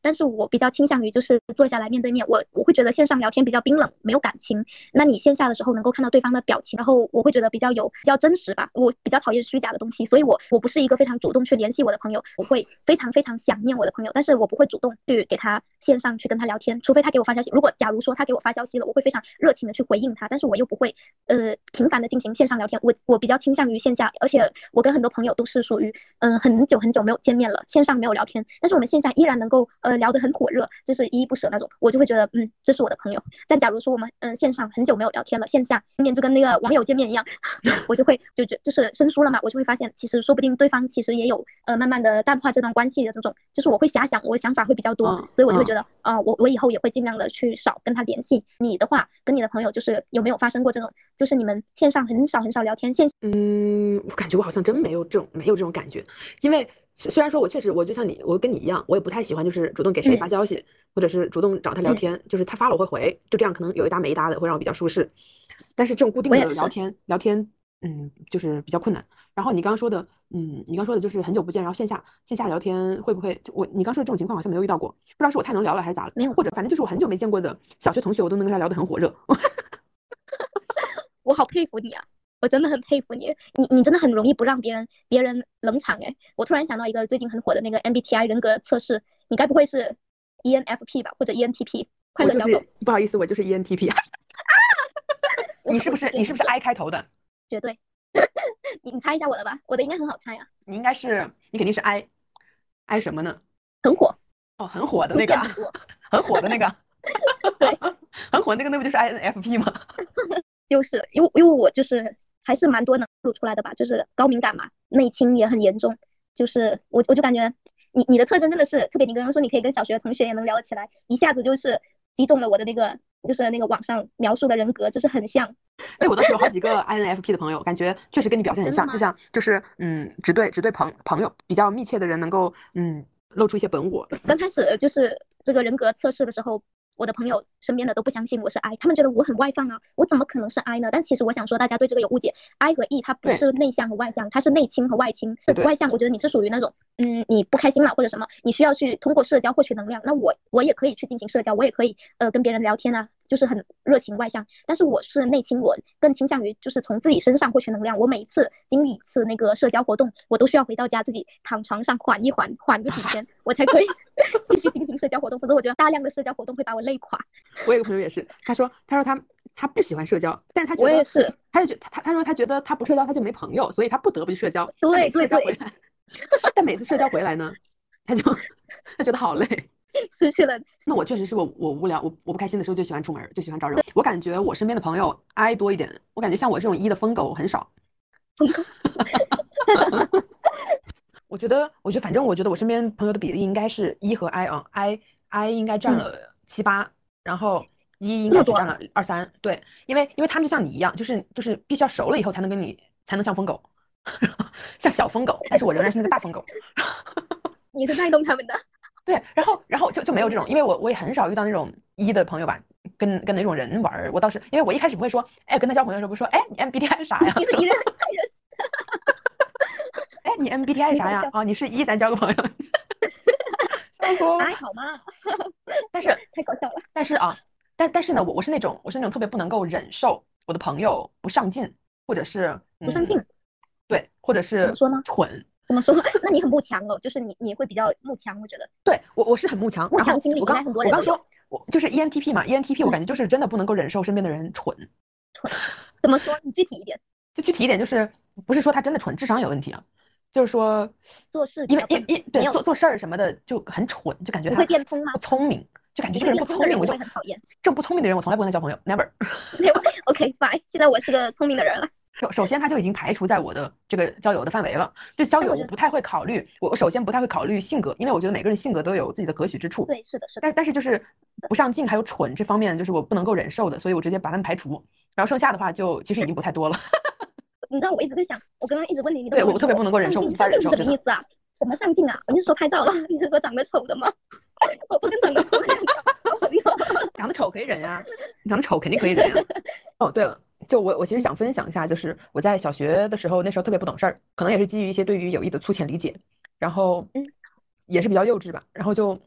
但是我比较倾向于就是坐下来面对面，我会觉得线上聊天比较冰冷，没有感情。那你线下的时候能够看到对方的表情，然后我会觉得比较真实吧。我比较讨厌虚假的东西，所以我不是一个非常主动去联系我的朋友，我会非常非常想念我的朋友，但是我不会主动去给他线上去跟他聊天，除非他给我发消息。假如说他给我发消息了，我会非常热情的去回应他，但是我又不会频繁的进行线上聊天。我比较倾向于线下，而且我跟很多朋友都是属于很久很久没有见面了，线上没有聊天，但是我们线下依然能够聊得很火热，就是依依不舍那种，我就会觉得这是我的朋友。但假如说我们线上很久没有聊天了，线下见面就跟那个网友见面一样，我就会就是生疏了嘛，我就会发现其实说不定对方其实也有慢慢的淡化这段关系的这种，就是我会遐想，我想法会比较多，所以我就会觉得我以后也会尽量的去少跟他联系。你的话跟你的朋友就是有没有发生过这种，就是你们线上很少很少聊天， 我感觉我好像真没有这种感觉，因为虽然说我确实我就像你，我跟你一样，我也不太喜欢就是主动给谁发消息，或者是主动找他聊天，就是他发了我会回，就这样可能有一搭没一搭的会让我比较舒适。但是这种固定的聊天，就是比较困难。然后你刚刚说的，你刚说的就是很久不见，然后线下聊天会不会？你刚说的这种情况好像没有遇到过，不知道是我太能聊了还是咋了， 没有， 或者反正就是我很久没见过的小学同学，我都能跟他聊得很火热。 我好佩服你啊！我真的很佩服你，你真的很容易不让别人冷场哎。我突然想到一个最近很火的那个 MBTI 人格测试，你该不会是 ENFP 吧，或者 ENTP 快我就是乐小狗？ 不好意思，我就是 ENTP。你是不是 I 开头的？ 绝对。你猜一下我的吧，我的应该很好猜啊， 你肯定是 I 什么呢？ 很火， 哦，很火的出那个啊， 现很多。 很火的那个， 对， 很火那不就是 INFP 吗？ 就是因为我就是还是蛮多能露出来的吧，就是高敏感嘛，内倾也很严重，就是我就感觉你的特征真的是特别，你刚刚说你可以跟小学同学也能聊得起来，一下子就是击中了我的那个就是那个网上描述的人格，就是很像。 哎，我倒是有好几个 INFP 的朋友，感觉确实跟你表现很像，就真的吗？ 像就是只对朋友比较密切的人能够露出一些本我。 刚开始就是这个人格测试的时候，我的朋友身边的都不相信我是 I，他们觉得我很外放啊，我怎么可能是 I 呢？但其实我想说，大家对这个有误解，I 和 E 它不对是内向和外向，它是内倾和外倾。 对对， 外向，我觉得你是属于那种，你不开心了或者什么，你需要去通过社交获取能量。那我也可以去进行社交，我也可以跟别人聊天啊，就是很热情外向。但是我是内倾，我更倾向于就是从自己身上获取能量。我每一次经历一次那个社交活动，我都需要回到家自己躺床上缓一缓，缓个几天，我才可以继续进行社交活动。否则我觉得大量的社交活动会把我累垮。 我有个朋友也是，他说他不喜欢社交，但是他觉得我也是， 他说他觉得他不社交他就没朋友，所以他不得不去社交。他每次社对对对， 交回来，但每次社交回来呢，他就他觉得好累。 失去了。 那我确实是我无聊我不开心的时候就喜欢出门，就喜欢找人。我感觉我身边的朋友 I 多一点，我感觉像我这种 E 的疯狗很少。 疯狗。 我觉得反正我觉得我身边朋友的比例应该是 E 和 I 啊，I 应该占了7、8，然后 E 应这么多， 该只占了2、3。对，因为他们就像你一样，就是必须要熟了以后才能像疯狗，像小疯狗，但是我仍然是那个大疯狗。 你是带动他们的。 对，然后就没有这种，因为我也很少遇到那种 E 的朋友吧，跟哪种人玩儿。我倒是因为我一开始不会说，哎，跟他交朋友的时候不是说，哎，你 MBTI 是啥呀？ 你是一人害人， 哎，你 MBTI 是啥呀？ 你搞笑。 啊，你是 E，咱交个朋友。笑死我了。 还好吗？ 但是太搞笑了。 但是啊，但是呢，我是那种特别不能够忍受我的朋友不上进，或者是不上进， 对，或者是怎么说呢？ 蠢。 怎么说？那你很慕强哦，就是你会比较慕强，我觉得对，我是很慕强。然后慕强心理我刚应该很多人都有。 我刚说我就是 ENTP 嘛，ENTP 我感觉就是真的不能够忍受身边的人蠢。 怎么说？你具体一点。 就具体一点，就是不是说他真的蠢，智商有问题啊，就是说， 做事比因为较笨， 对没有做事儿什么的就很蠢，就感觉不他会变通吗？ 不聪明，就感觉这个人不会变不聪明， 通的人我会很讨厌。 这种不聪明的人我从来不跟他交朋友，never。 没有，OK fine，现在我是个聪明的人了。 首先他就已经排除在我的这个交友的范围了。就交但我觉得友我不太会考虑，我首先不太会考虑性格，因为我觉得每个人性格都有自己的可取之处。 对，是的，是的。 但是就是不上进还有蠢这方面，就是我不能够忍受的，所以我直接把他们排除。然后剩下的话就其实已经不太多了。 你知道我一直在想，我刚刚一直问你，你都对我特别没有理我。 不能够忍受，无上进， 法忍受， 上进是什么真的。 意思啊？什么上进啊？你是说拍照吗？你是说长得丑的吗？我不跟长得丑的人交朋友。 长得丑可以忍呀，长得丑肯定可以忍呀。哦，对了，就我其实想分享一下，就是我在小学的时候，那时候特别不懂事儿，可能也是基于一些对于友谊的粗浅理解，然后嗯也是比较幼稚吧，然后就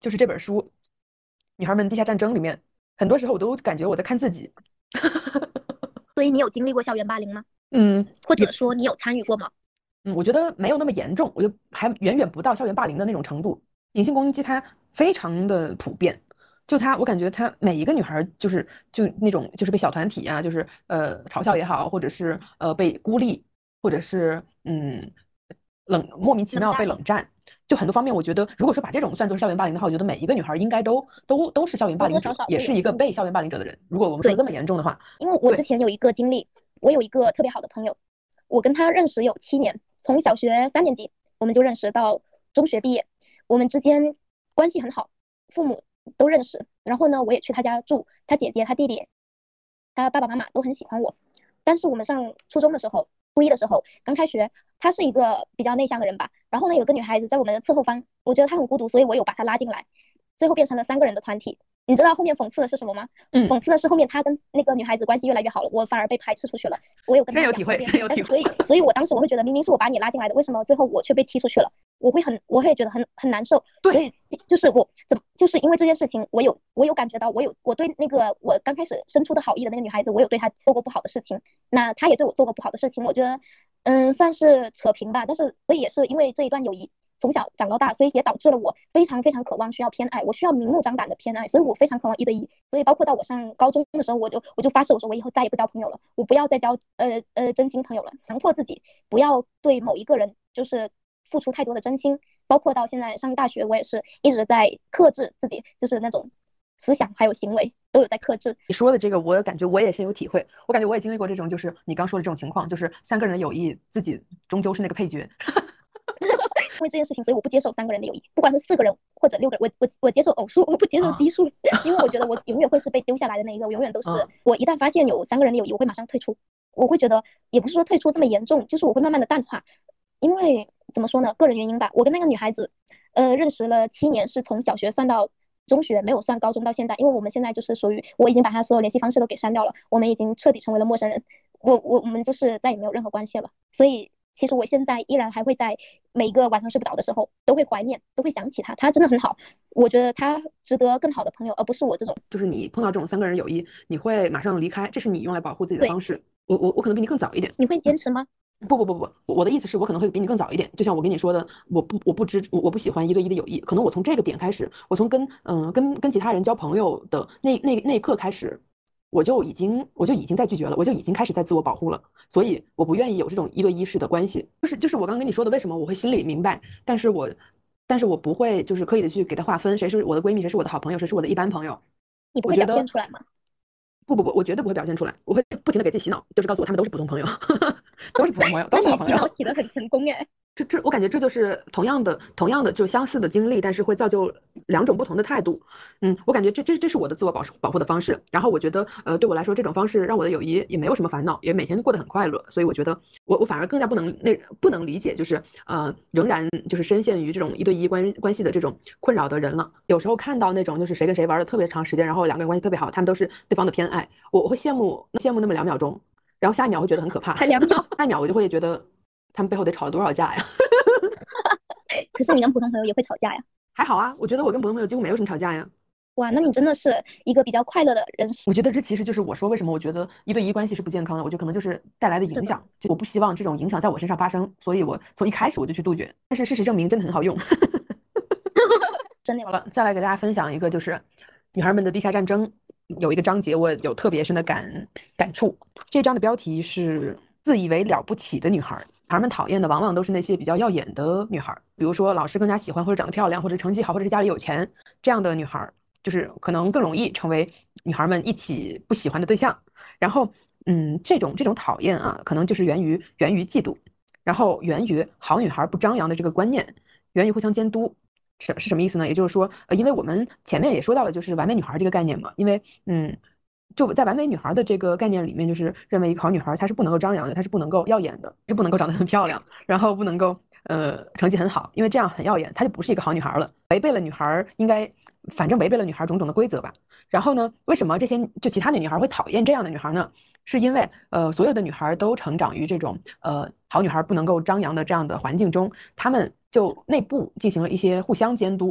就是这本书《女孩们地下战争》里面，很多时候我都感觉我在看自己。 所以你有经历过校园霸凌吗？ 嗯， 或者说你有参与过吗？ 我觉得没有那么严重，我就还远远不到校园霸凌的那种程度。隐性攻击它非常的普遍，我感觉它每一个女孩就那种就是被小团体啊，就是嘲笑也好，或者是被孤立，或者是莫名其妙被冷战，就很多方面，我觉得如果说把这种算作是校园霸凌的话，我觉得每一个女孩应该都是校园霸凌者， 多多少少也是一个会有经历。 被校园霸凌者的人。如果我们说的对， 这么严重的话， 因为我之对， 前有一个经历，我有一个特别好的朋友，我跟他认识有7年，从小学3年级我们就认识到中学毕业，我们之间关系很好，父母都认识。然后呢，我也去他家住，他姐姐、他弟弟、他爸爸妈妈都很喜欢我。但是我们上初中的时候，初一的时候刚开学，他是一个比较内向的人吧。然后呢，有个女孩子在我们的侧后方，我觉得她很孤独，所以我有把她拉进来，最后变成了3个人的团体。你知道后面讽刺的是什么吗？ 嗯， 讽刺的是后面他跟那个女孩子关系越来越好了，我反而被排斥出去了。我有跟他深有体会， 讲过这件事情， 深有体会。 但是所以我当时我会觉得明明是我把你拉进来的，为什么最后我却被踢出去了？我会觉得很难受。所对， 以就是我怎么就是因为这件事情，我有感觉到我对那个我刚开始伸出的好意的那个女孩子，我有对她做过不好的事情，那她也对我做过不好的事情，我觉得算是扯平吧。但是所以也是因为这一段友谊，从小长到大，所以也导致了我非常非常渴望需要偏爱，我需要明目张胆的偏爱，所以我非常渴望1对1。所以包括到我上高中的时候，我就发誓，我说我以后再也不交朋友了，我不要再交真心朋友了，强迫自己不要对某一个人就是付出太多的真心。包括到现在上大学，我也是一直在克制自己，就是那种思想还有行为都有在克制。 你说的这个，我感觉我也深有体会。我感觉我也经历过这种，就是你刚说的这种情况，就是3个人的友谊，自己终究是那个配角。 因为这件事情，所以我不接受3个人的友谊，不管是4个人或者6个人，我接受偶数，我不接受啊奇数，因为我觉得我永远会是被丢下来的那一个，我永远都是啊， 我一旦发现有3个人的友谊，我会马上退出。我会觉得也不是说退出这么严重，就是我会慢慢的淡化，因为怎么说呢，个人原因吧。我跟那个女孩子，认识了7年，是从小学算到中学，没有算高中到现在，因为我们现在就是属于我已经把她所有联系方式都给删掉了，我们已经彻底成为了陌生人，我们就是再也没有任何关系了。所以其实我现在依然还会在每一个晚上睡不着的时候都会怀念，都会想起她，她真的很好，我觉得她值得更好的朋友，而不是我这种。 就是你碰到这种3个人友谊，你会马上离开，这是你用来保护自己的对， 方式。我可能比你更早一点。 你会坚持吗？ 不，我的意思是我可能会比你更早一点。就像我跟你说的，我不喜欢1对1的友谊。可能我从这个点开始，我从跟其他人交朋友的那一刻开始，我就已经在拒绝了，我就已经开始在自我保护了。所以我不愿意有这种1对1式的关系。就是我刚跟你说的，为什么我会心里明白，但是我不会就是刻意的去给他划分谁是我的闺蜜，谁是我的好朋友，谁是我的一般朋友。 你不会表我觉得现出来吗？ 不，我绝对不会表现出来，我会不停的给自己洗脑，就是告诉我他们都是普通朋友，都是普通朋友，都那你是好朋友。 洗脑洗得很成功哎。 我感觉这就是同样的就相似的经历，但是会造就2种不同的态度。我感觉这是我的自我保护的方式。然后我觉得对我来说这种方式让我的友谊也没有什么烦恼，也每天过得很快乐。所以我觉得我反而更加不能理解，就是仍然就是深陷于这种1对1关系的这种困扰的人了。有时候看到那种就是谁跟谁玩的特别长时间，然后2个人关系特别好，他们都是对方的偏爱，我会羡慕那么2秒钟，然后下一秒会觉得很可怕， 才2秒。 下一秒我就会觉得他们背后得吵了多少架呀。 可是你跟普通朋友也会吵架呀？ 还好啊，我觉得我跟普通朋友几乎没有什么吵架呀。 哇，那你真的是一个比较快乐的人。 我觉得这其实就是我说为什么我觉得1对1关系是不健康的，我觉得可能就是带来的是的。 影响，就我不希望这种影响在我身上发生，所以我从一开始我就去杜绝。但是事实证明真的很好用。 真的。 好了，再来给大家分享一个，就是女孩们的地下战争有一个章节，我有特别深的感触。这章的标题是自以为了不起的女孩。女孩们讨厌的往往都是那些比较耀眼的女孩，比如说老师更加喜欢或者长得漂亮，或者成绩好，或者是家里有钱这样的女孩，就是可能更容易成为女孩们一起不喜欢的对象。然后，这种讨厌啊，可能就是源于嫉妒，然后源于好女孩不张扬的这个观念，源于互相监督。是什么意思呢？也就是说，因为我们前面也说到了，就是完美女孩这个概念嘛。因为，就在完美女孩的这个概念里面，就是认为一个好女孩她是不能够张扬的，她是不能够耀眼的，是不能够长得很漂亮，然后不能够成绩很好，因为这样很耀眼，她就不是一个好女孩了，违背了女孩应该，反正违背了女孩种种的规则吧。然后呢，为什么这些就其他的女孩会讨厌这样的女孩呢？是因为所有的女孩都成长于这种好女孩不能够张扬的这样的环境中，她们就内部进行了一些互相监督。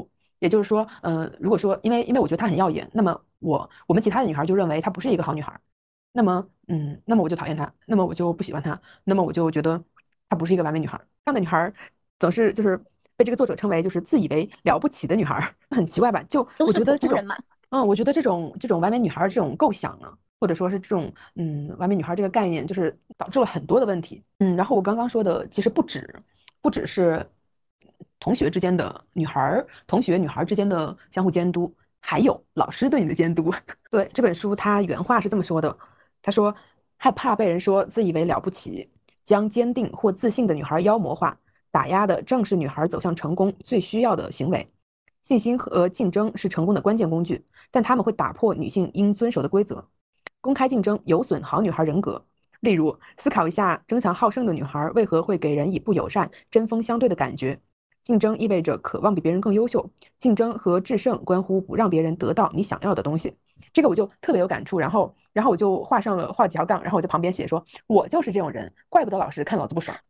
也就是说，如果说因为我觉得她很耀眼，那么我们其他的女孩就认为她不是一个好女孩，那么我就讨厌她，那么我就不喜欢她，那么我就觉得她不是一个完美女孩。这样的女孩总是就是被这个作者称为就是自以为了不起的女孩，很奇怪吧？就我都是觉得这种， 普通人嘛。 我觉得这种完美女孩这种构想呢，或者说是这种完美女孩这个概念，就是导致了很多的问题。然后我刚刚说的其实不只是同学之间的同学女孩之间的相互监督，还有老师对你的监督。对，这本书它原话是这么说的，他说害怕被人说自以为了不起，将坚定或自信的女孩妖魔化，打压的正是女孩走向成功最需要的行为。信心和竞争是成功的关键工具，但他们会打破女性应遵守的规则。公开竞争有损好女孩人格。例如，思考一下争强好胜的女孩为何会给人以不友善、针锋相对的感觉。竞争意味着渴望比别人更优秀，竞争和制胜关乎不让别人得到你想要的东西。这个我就特别有感触，然后我就画几条杠，然后我在旁边写说，我就是这种人，怪不得老师看老子不爽。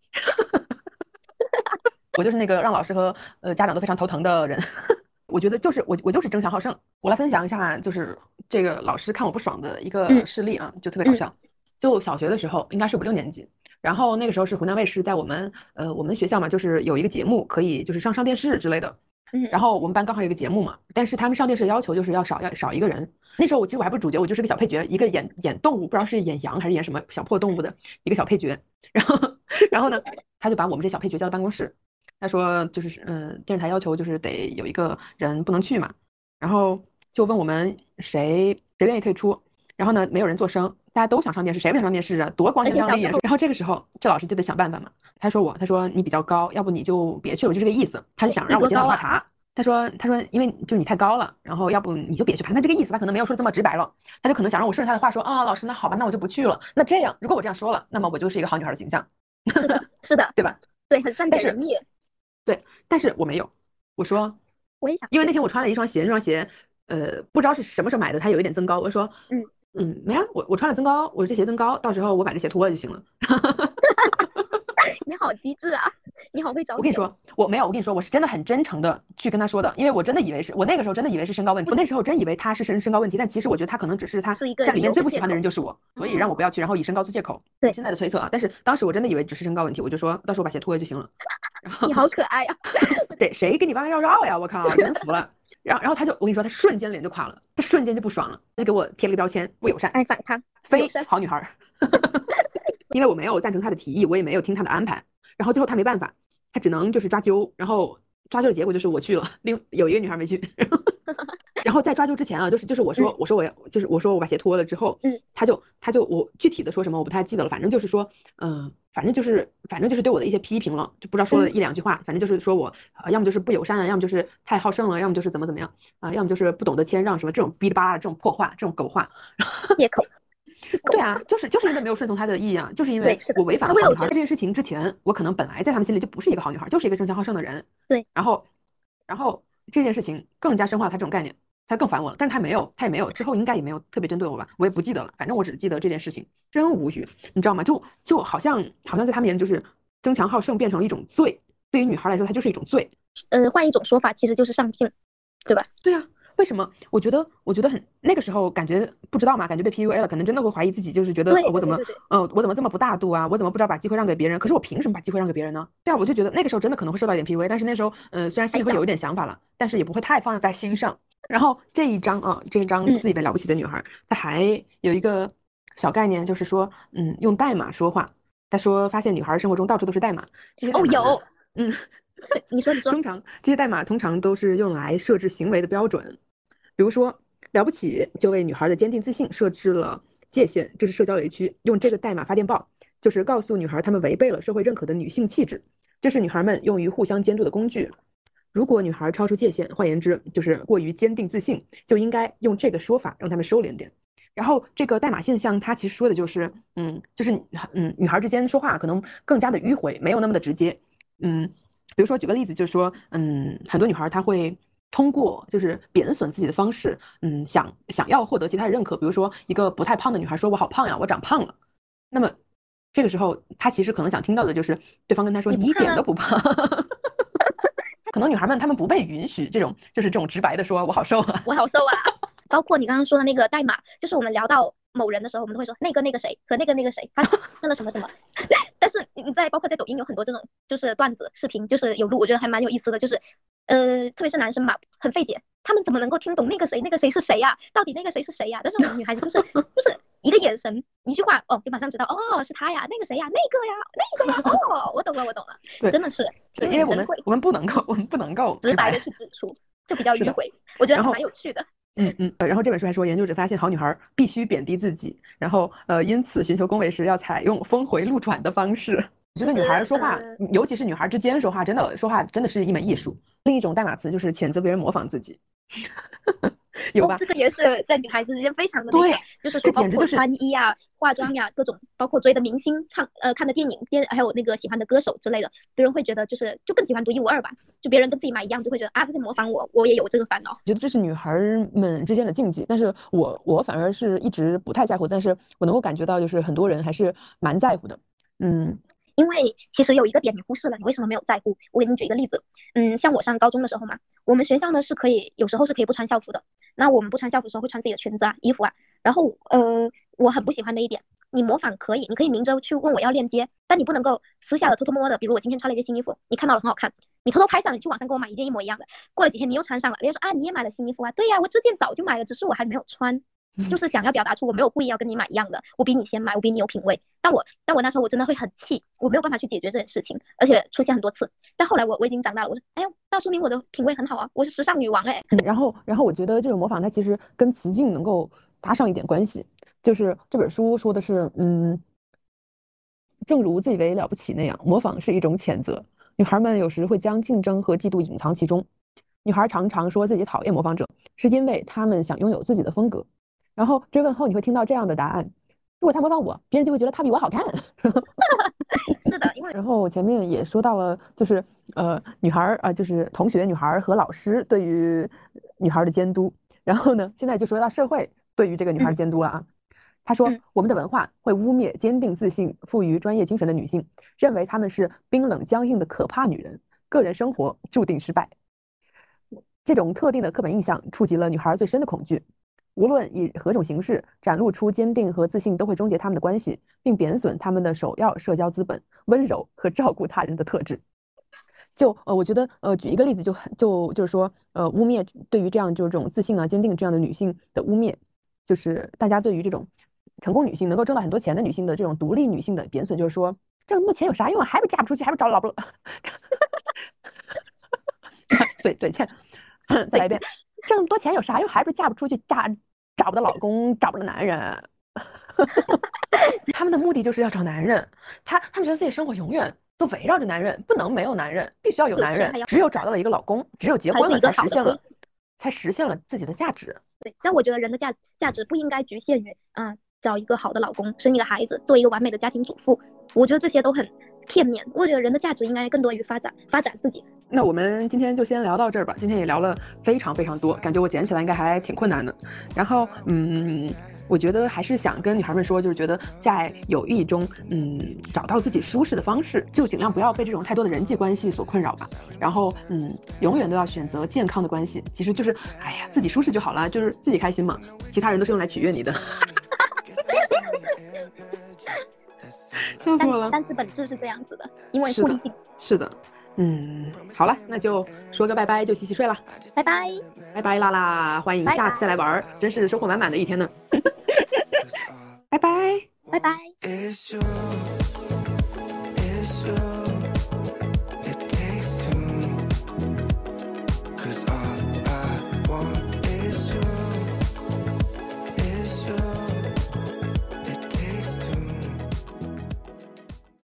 我就是那个让老师和家长都非常头疼的人。我觉得就是我就是争强好胜。我来分享一下，就是这个老师看我不爽的一个嗯事例啊，就特别搞笑。就小学的时候，应该是5、6年级，然后那个时候是湖南卫视在我们学校嘛，就是有一个节目可以就是上电视之类的。然后我们班刚好有一个节目嘛，但是他们上电视要求就是要少一个人。那时候其实我还不是主角，我就是个小配角，一个演动物，不知道是演羊还是演什么小破动物的一个小配角。然后然后呢，他就把我们这小配角叫到办公室，他说就是电视台要求就是得有一个人不能去嘛，然后就问我们谁愿意退出，然后呢没有人作声，大家都想上电视，谁不想上电视啊？多光鲜亮丽啊！然后这个时候这老师就得想办法嘛，他说你比较高，要不你就别去了，就这个意思，他就想让我检讨话茬。他说，因为就是你太高了，然后要不你就别去，反正他这个意思，他可能没有说这么直白了，他就可能想让我顺着他的话说啊，老师那好吧，那我就不去了。那这样，如果我这样说了，那么我就是一个好女孩的形象， 是的，是的， 对吧？ 对，很善解人意。 对，但是我没有，我说， 我也想因为那天我穿了一双鞋，那双鞋，不知道是什么时候买的，它有一点增高。我说， 嗯没啊，我穿了增高，我这鞋增高，到时候我把这鞋脱了就行了。 你好机智啊，你好会找点。 我跟你说，我没有，我跟你说，我是真的很真诚的去跟他说的，因为我真的以为是我那个时候真的以为是身高问题，我那时候真以为他是身高问题，但其实我觉得他可能只是他是一个在里面最不理由和借口。 喜欢的人就是我，所以让我不要去，然后以身高做借口。 对现在的推测啊，但是当时我真的以为只是身高问题，我就说到时候把鞋脱了就行了。然后你好可爱呀、 对，谁跟你弯弯绕绕呀？我靠，真服了。然后他就，我跟你说，他瞬间脸就垮了，他瞬间就不爽了，他就给我贴了个标签，不友善， 爱反抗，不友非善。 好女孩。因为我没有赞成他的提议，我也没有听他的安排，然后最后他没办法，他只能就是抓阄，然后抓阄的结果就是我去了，有一个女孩没去。然后在抓阄之前啊，就是我说我把鞋脱了之后，他就我具体的说什么我不太记得了，反正就是说，反正就是对我的一些批评了，就不知道说了1、2句话，反正就是说我要么就是不友善啊，要么就是太好胜了，要么就是怎么样啊，要么就是不懂得谦让什么这种哔哩吧啦的这种破话，这种狗话。 借口。 对啊，就是因为没有顺从他的意啊，就是因为对，是的， 我违反了好女孩。 他会有觉得在这件事情之前，我可能本来在他们心里就不是一个好女孩，就是一个争强好胜的人。 对， 然后这件事情更加深化了他这种概念，他更烦我了。但是他也没有之后应该也没有特别针对我吧，我也不记得了。反正我只记得这件事情真无语，你知道吗？就好像在他们眼里就是争强好胜变成了一种罪，对于女孩来说，它就是一种罪。 换一种说法，其实就是上进，对吧？ 对啊，为什么？我觉得很那个时候感觉不知道嘛，感觉被 PUA 了，可能真的会怀疑自己，就是觉得对我怎么对对对我怎么这么不大度啊？我怎么不知道把机会让给别人？可是我凭什么把机会让给别人呢？对啊，我就觉得那个时候真的可能会受到一点 PUA，但是那时候虽然心里会有一点想法了，但是也不会太放在心上。然后这一章自以为了不起的女孩，她还有一个小概念，就是说用代码说话。她说发现女孩生活中到处都是代码，这些代哦， 码呢， 有。 嗯。 你说你说。 通常这些代码通常都是用来设置行为的标准，比如说了不起就为女孩的坚定自信设置了界限，这是社交雷区，用这个代码发电报，就是告诉女孩她们违背了社会认可的女性气质，这是女孩们用于互相监督的工具。如果女孩超出界限，换言之就是过于坚定自信，就应该用这个说法让她们收敛点。然后这个代码现象，它其实说的就是，女孩之间说话可能更加的迂回，没有那么的直接，比如说举个例子，就是说，很多女孩她会通过就是贬损自己的方式，想要获得其他人认可。比如说一个不太胖的女孩说我好胖呀，我长胖了，那么这个时候她其实可能想听到的就是对方跟她说你一点都不胖。 能女孩们她们不被允许这种直白的说我好瘦啊， 我好瘦啊。包括你刚刚说的那个代码，就是我们聊到某人的时候，我们都会说那个谁和那个谁发生了什么什么。但是你包括在抖音有很多这种就是段子视频，就是有录，我觉得还蛮有意思的，就是特别是男生嘛，很费解，他们怎么能够听懂那个谁是谁呀？到底那个谁是谁呀？但是我们女孩子就是一个眼神，一句话，就马上知道，是他呀，那个谁呀，那个呀，我懂了， 对， 真的是， 对，因为我们不能够直白的去指出，就比较迂回，我觉得还蛮有趣的。 然后这本书还说，研究者发现好女孩必须贬低自己，然后因此寻求恭维时要采用峰回路转的方式。我觉得女孩说话，尤其是女孩之间说话真的是一门艺术。另一种代码词就是谴责别人模仿自己。有吧？ 这个也是在女孩子之间非常的对， 就是说包括穿衣呀、化妆呀，各种包括追的明星、看的电影、还有那个喜欢的歌手之类的，别人会觉得就更喜欢独一无二吧，就别人跟自己买一样，就会觉得啊，他在模仿我，我也有这个烦恼。 觉得这是女孩们之间的禁忌，但是我反而是一直不太在乎，但是我能够感觉到，就是很多人还是蛮在乎的。 因为其实有一个点你忽视了，你为什么没有在乎？我给你举一个例子，像我上高中的时候嘛，我们学校呢有时候是可以不穿校服的。那我们不穿校服的时候会穿自己的裙子啊、衣服啊。然后我很不喜欢的一点，你模仿可以，你可以明着去问我要链接，但你不能够私下的偷偷摸摸的，比如我今天穿了一件新衣服，你看到了很好看，你偷偷拍下了，你去网上给我买一件一模一样的，过了几天你又穿上了，别人说啊你也买了新衣服啊，对呀，我这件早就买了，只是我还没有穿。就是想要表达出我没有故意要跟你买一样的，我比你先买，我比你有品味。但我那时候我真的会很气，我没有办法去解决这件事情，而且出现很多次。但后来我已经长大了，我说，哎呦，那说明我的品味很好啊，我是时尚女王哎。 然后我觉得这种模仿它其实跟雌竞能够搭上一点关系，就是这本书说的是，正如自以为了不起那样，模仿是一种谴责。女孩们有时会将竞争和嫉妒隐藏其中。女孩常常说自己讨厌模仿者，是因为她们想拥有自己的风格。然后追问后，你会听到这样的答案：如果他模仿我，别人就会觉得他比我好看。 是的，因为然后前面也说到了，就是女孩就是同学、女孩和老师对于女孩的监督。然后呢，现在就说到社会对于这个女孩的监督了啊。他说，我们的文化会污蔑坚定、自信、富于专业精神的女性，认为她们是冰冷、僵硬的可怕女人，个人生活注定失败。这种特定的刻板印象触及了女孩最深的恐惧。无论以何种形式展露出坚定和自信，都会终结他们的关系，并贬损他们的首要社交资本——温柔和照顾他人的特质。我觉得举一个例子就是说污蔑对于就是这种自信啊、坚定这样的女性的污蔑，就是大家对于这种成功女性能够挣到很多钱的女性的这种独立女性的贬损，就是说挣那么多钱有啥用啊？还不嫁不出去，还不找老婆？嘴欠，再来一遍。挣那么多钱有啥用？还不是嫁不出去，找不到老公，找不到男人。他们的目的就是要找男人，他们觉得自己生活永远都围绕着男人，不能没有男人，必须要有男人。只有找到了一个老公，只有结婚了，才实现了自己的价值。 对，但我觉得人的价值不应该局限于找一个好的老公，生一个孩子，做一个完美的家庭主妇。我觉得这些都很片面。我觉得人的价值应该更多于发展自己。 那我们今天就先聊到这儿吧。今天也聊了非常非常多，感觉我剪起来应该还挺困难的。然后我觉得还是想跟女孩们说，就是觉得在友谊中找到自己舒适的方式，就尽量不要被这种太多的人际关系所困扰吧。然后永远都要选择健康的关系，其实就是自己舒适就好了，就是自己开心嘛，其他人都是用来取悦你的。笑死我了。 但是本质是这样子的，因为互利性。 是的。好了，那就说个拜拜，就洗洗睡了。 拜拜， 拜拜啦啦！欢迎下次再来玩，真是收获满满的一天呢。拜拜， 拜拜。